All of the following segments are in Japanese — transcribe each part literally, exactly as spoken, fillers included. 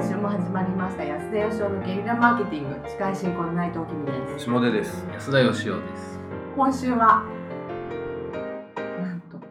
今週も始まりました安田義雄のゲリラマーケティング、司会進行の内藤君です。 下出です。 安田義雄です。 今週はなんと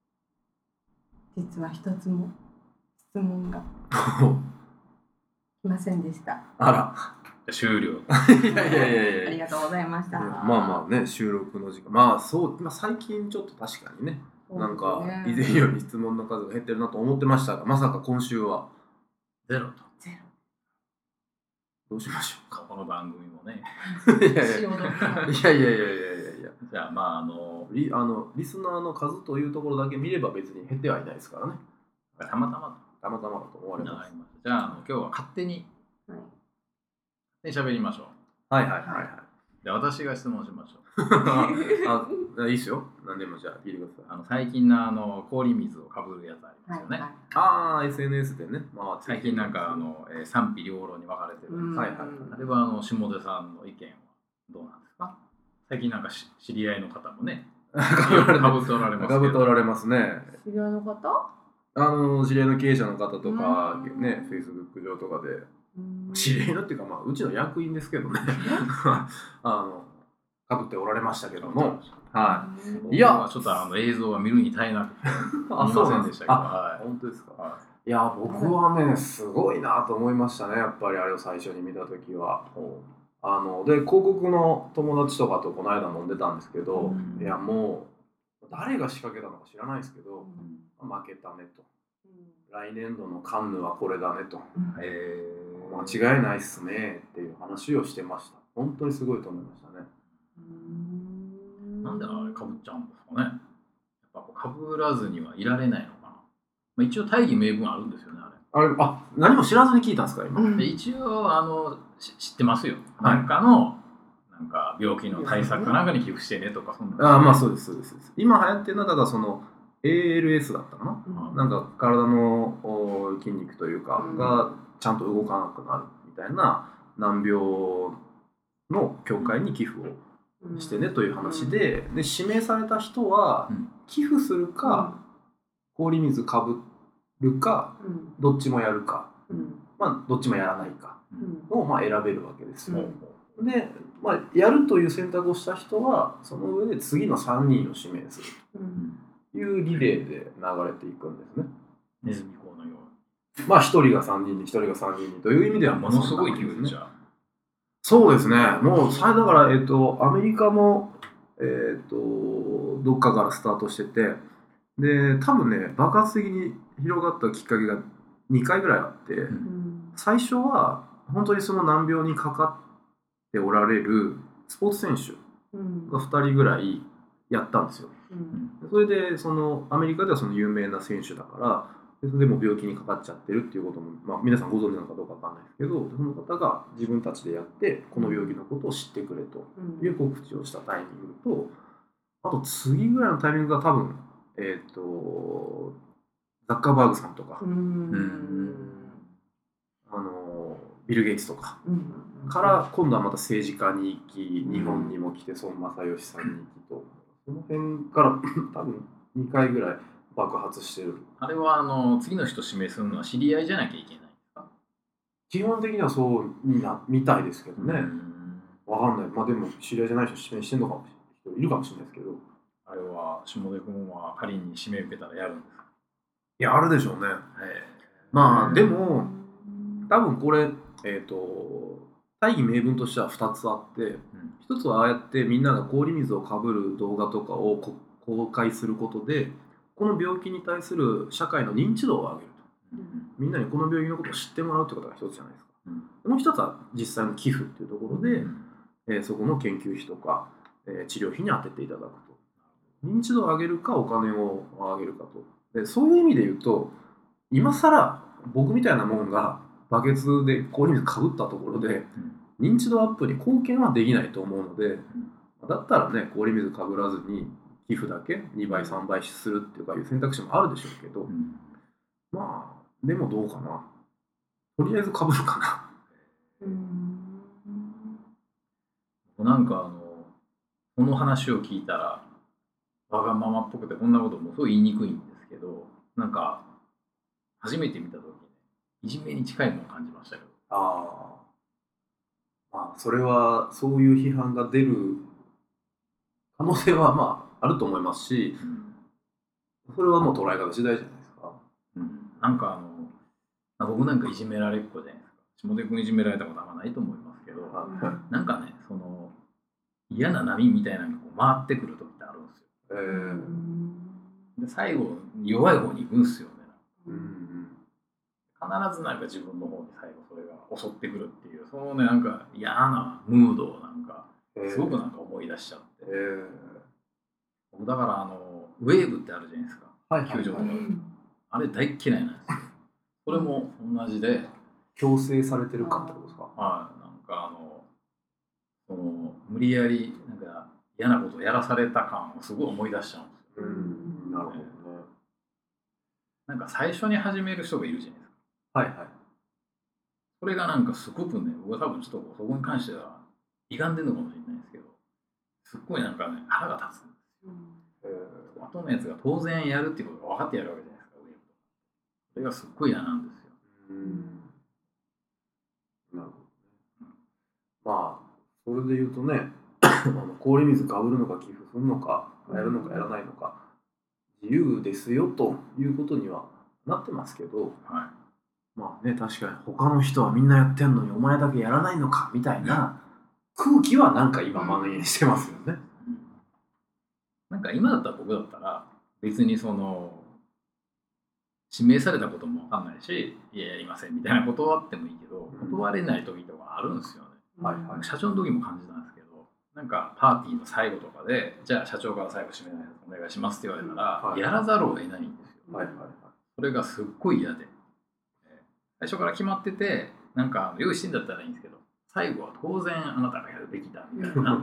実は一つも質問が来ませんでした。 あら終了。 いやいやいやいやありがとうございました。 まあまあね、収録の時間まあそう、まあ、最近ちょっと確かにね、なんか以前より質問の数が減ってるなと思ってましたが、まさか今週はゼロと。 ゼロ。 どうしましょうか。 この番組もね。 いやいやいやいやいやいやいやいや。 じゃあまああのリあのリスナーの数というところだけ見れば別に減ってはいないですからね。 たまたまたまたまだと思われます。 じゃあ、あの今日は勝手にはい。 で喋りましょう。 はいはいはいはい。 で私が質問しましょう。 あ、いいですよ。何でもじゃあ聞いてください。 あの最近のあの氷水をかぶるやつありますよね。 はいはい、 ああ エスエヌエス でね、まあ、 最近なんかあの、えー、賛否両論に分かれてるんです。 はいはい。 あれはあの下出さんの意見はどうなんですか。最近なんかし知り合いの方もねかぶっておられますけど。 かぶっておられますね。 知り合いの方？ あの知り合いの経営者の方とかね、Facebook 上とかで知り合いのっていうか、まあ、うちの役員ですけどねあのかぶっておられましたけども、はい。いや、 ちょっとあの映像は見るに耐えなくて見ませんでしたけど、 はい、本当ですか。はい、いや、僕はね、すごいなと思いましたね、やっぱりあれを最初に見たときは。あので、広告の友達とかとこの間飲んでたんですけど、いや、もう、誰が仕掛けたのか知らないですけど、負けたねと。来年度のカンヌはこれだねと。えー、間違いないっすねっていう話をしてました。本当にすごいと思いましたね。 なんであれかぶっちゃうんですかね。やっぱかぶらずにはいられないのかな。まあ、一応大義名分あるんですよね、あれ。 あれ、あ、何も知らずに聞いたんですか今。 で一応あの知ってますよ。なんかのなんか病気の対策なんかに寄付してねとかそんな。 ああ、まあそうですそうです。今流行ってるのはだからその エーエルエス だったかな。うん、なんか体の筋肉というかがちゃんと動かなくなるみたいな難病の協会に寄付をしてねという話で、で指名された人は寄付するか、氷水かぶるか、どっちもやるか、まあどっちもやらないかをまあ選べるわけですよ。で、まあ、やるという選択をした人はその上で次のさんにんを指名するというリレーで流れていくんですね。 ネズミ講のように。 まあひとりがさんにんにひとりがさんにんにという意味ではものすごい寄付じゃん。 そうですね。もう、それだから、えっと、アメリカも、えっと、どっかからスタートしてて、で、多分ね、爆発的に広がったきっかけがにかいぐらいあって、うん、最初は、本当にその難病にかかっておられるスポーツ選手がふたりぐらいやったんですよ。うん、それで、その、アメリカではその有名な選手だから、それでも病気にかかっちゃってるっていうことも、まあ、皆さんご存知なのかどうかわかんないですけど、その方が自分たちでやってこの病気のことを知ってくれという告知をしたタイミングと、あと次ぐらいのタイミングが多分、えーと、ザッカーバーグさんとか、うんあのビル・ゲイツとかから今度はまた政治家に行き、日本にも来て孫正義さんに行きと、その辺から多分にかいぐらい爆発してる。 あれはあの次の人指名するのは知り合いじゃなきゃいけないんですか？ 基本的にはそうみなみたいですけどね。わかんない。まあでも知り合いじゃない人指名してるのかも人いるかもしれないですけど。 あれは下出君は仮に指名受けたらやるんですか？ いや、あるでしょうね。まあでも多分これえっと大義名分としてはふたつあって、ひとつはああやってみんなが氷水をかぶる動画とかを公開することで、この病気に対する社会の認知度を上げると、うん、みんなにこの病気のことを知ってもらうということが一つじゃないですか、うん、もう一つは実際の寄付っていうところで、うんえー、そこの研究費とか、えー、治療費に充てていただくと、認知度を上げるかお金を上げるかと。でそういう意味で言うと、今更僕みたいなもんがバケツで氷水かぶったところで認知度アップに貢献はできないと思うので、だったらね、氷水かぶらずに寄付だけにばいさんばいするっていうかいう選択肢もあるでしょうけど、うん、まあでもどうかな、とりあえずかぶるかな。うーん、 なんかあのこの話を聞いたらわがままっぽくてこんなこともすごい言いにくいんですけど、なんか初めて見た時にいじめに近いものを感じましたけど。 ああ、まあそれはそういう批判が出る可能性はまああると思いますし、 うん、 それはもう捉え方次第じゃないですか。 うん、なんかあの、まあ、僕なんかいじめられっ子じゃないですか。下出君いじめられたことあんまないと思いますけど、 はなんかね、その嫌な波みたいなのがこう回ってくる時ってあるんですよ。 えー、 で最後弱い方に行くんですよね。 うんうん、 必ずなんか自分の方に最後それが襲ってくるっていう、そのねなんか嫌なムードをなんかすごくなんか思い出しちゃって、 えー、 僕だからあのウェーブってあるじゃないですか、 はいはいはい、 球場とかで、あれ大っ嫌いなんですよ。それも同じで、 強制されてる感ってことですか。 はい、なんかあのその無理やりなんか嫌なことをやらされた感をすごい思い出しちゃうんですよ。 うん、なるほどね。 なんか最初に始める人がいるじゃないですか。 はいはい。 それがなんかすごくね、僕は多分ちょっとそこに関しては歪んでるのかもしれないですけど、すっごいなんかね、腹が立つんですよ。えー、後のやつが当然やるっていうことが分かってやるわけじゃないですか、上と。それがすっごい嫌なんですよ。 うん、なるほどね。まあ、それで言うとね、あの氷水かぶるのか寄付するのか、やるのかやらないのか、自由ですよということにはなってますけど、 はい、 まあね、確かに他の人はみんなやってんのにお前だけやらないのかみたいな空気はなんか今蔓延してますよね。 うん、なんか今だったら僕だったら別にその指名されたことも分かんないし、いややりませんみたいな断ってもいいけど、断れない時とかあるんですよね。はいはい、社長の時も感じたんですけど、なんかパーティーの最後とかで、じゃあ社長から最後締めないでお願いしますって言われたら、はい、やらざるを得ないんですよ。はいはいはい、それがすっごい嫌で、最初から決まってて、なんか用意してんだったらいいんですけど、最後は当然あなたがやるべきだみたいな。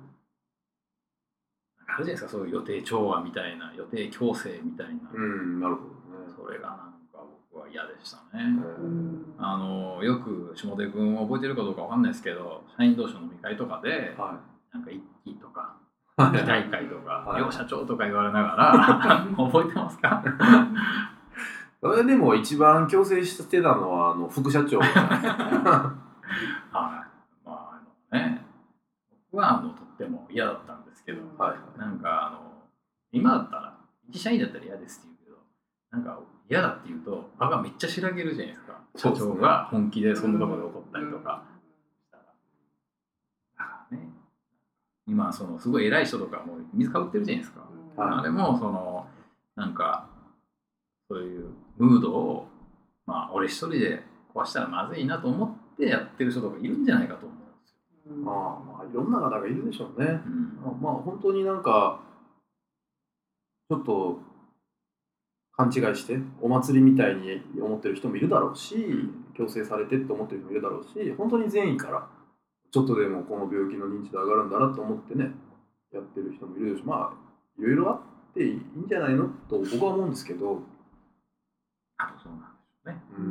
あるじゃないですか、そういう予定調和みたいな、予定強制みたいな。 うん、なるほどね。 それがなんか僕は嫌でしたね。あのよく下出君覚えてるかどうかわかんないですけど、社員同士の飲み会とかで、はい、なんか一期とか、二大会とか、はい、両社長とか言われながら、覚えてますか？ それでも一番強制してたのはあの副社長。はい、 まああのね、僕はあのとっても嫌だったんですけど、はい、なんかあの今だったら一社員だったら嫌ですって言うけど、なんか嫌だって言うと場がめっちゃしらけるじゃないですか。社長が本気でそんなところで怒ったりとかしたら、だからね、今そのすごい偉い人とかも水かぶってるじゃないですか。はい、あれもそのなんかそういうムードを、まあ、俺一人で壊したらまずいなと思ってやってる人とかいるんじゃないかと思うんですよ。 まあ、まあ、いろんな方がいるでしょうね。うん、まあ、本当になんか、ちょっと勘違いして、お祭りみたいに思ってる人もいるだろうし、強制されてって思ってる人もいるだろうし、本当に善意から、ちょっとでもこの病気の認知度上がるんだなと思ってね、やってる人もいるでしょうし、まあ、いろいろあっていいんじゃないのと僕は思うんですけど、 あ、そうなんですよね。 うん、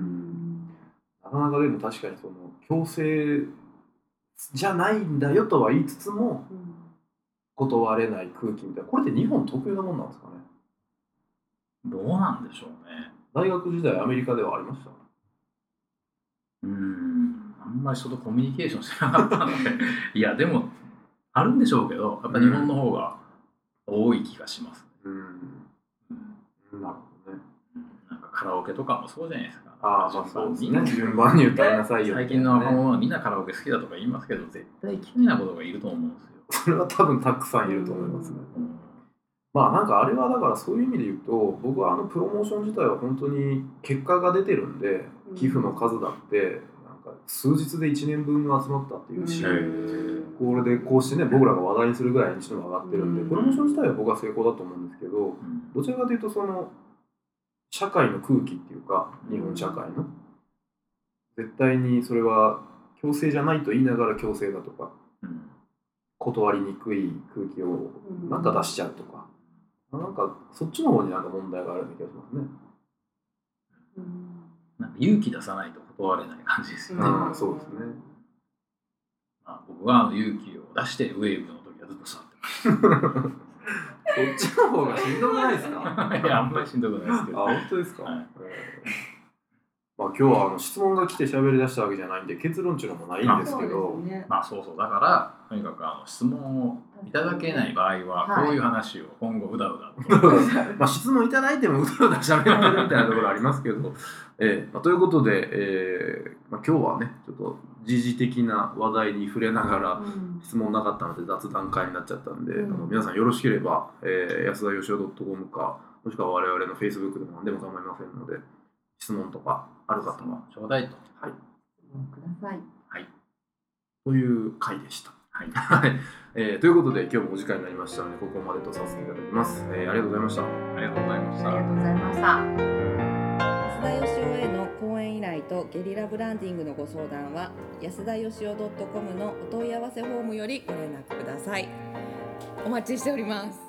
なかなかでも確かにその強制じゃないんだよとは言いつつも、うん、断れない空気みたいな、これって日本特有なもんなんですかね。 どうなんでしょうね。 大学時代アメリカではありました？ うーん、あんまり人とコミュニケーションしてなかったのでいやでもあるんでしょうけど、やっぱ日本の方が多い気がします、ね。うん、 うん、なるほどね。 なんかカラオケとかもそうじゃないですか。 ああ、まあそうですね。順番に歌いなさいよ、 ね。最近の若者はみんなカラオケ好きだとか言いますけど、絶対嫌いなことがいると思うんですよ。 それは多分たくさんいると思いますね。うん、まあなんかあれはだからそういう意味で言うと、僕はあのプロモーション自体は本当に結果が出てるんで、寄付の数だってなんか数日でいちねんぶん集まったっていうし、これでこうしてね僕らが話題にするぐらい認知度が上がってるんで、プロモーション自体は僕は成功だと思うんですけど、どちらかというとその社会の空気っていうか、日本社会の絶対にそれは強制じゃないと言いながら強制だとか、断りにくい空気をなんか出しちゃうとか、なんかそっちの方になんか問題があるような気がしますね。 うん、なんか勇気出さないと断れない感じですよね。 うん、そうですね。 まあ、僕はあの勇気を出してウェーブの時はずっと座ってました。 そっちの方がしんどくないですか？ いや、あんまりしんどくないですけど。 あ、本当ですか？はい、 まあ、今日はあの質問が来て喋り出したわけじゃないんで結論っていうのもないんですけど、 そうですね。 まあそうそうだからとにかくあの質問をいただけない場合ははいこういう話を今後うだうだと、 まあ質問いただいてもうだうだ喋ってるみたいなところありますけど、えーまあ、ということで、えーまあ、今日はねちょっと時事的な話題に触れながら、 うん質問なかったので雑談会になっちゃったんで、 うんあの皆さんよろしければ、えー、安田よしお .com かもしくは我々の Facebook でも何でも構いませんので質問とかある方は、 ちょうだいと。 はい、 ください。 はい。 という回でした。 はい。 はい、えーということで今日もお時間になりましたのでここまでとさせていただきます、えーありがとうございました。 ありがとうございましたありが。とうございました。 安田義雄への講演依頼とゲリラブランディングのご相談は安田義雄 .com のお問い合わせフォームよりご連絡ください。お待ちしております。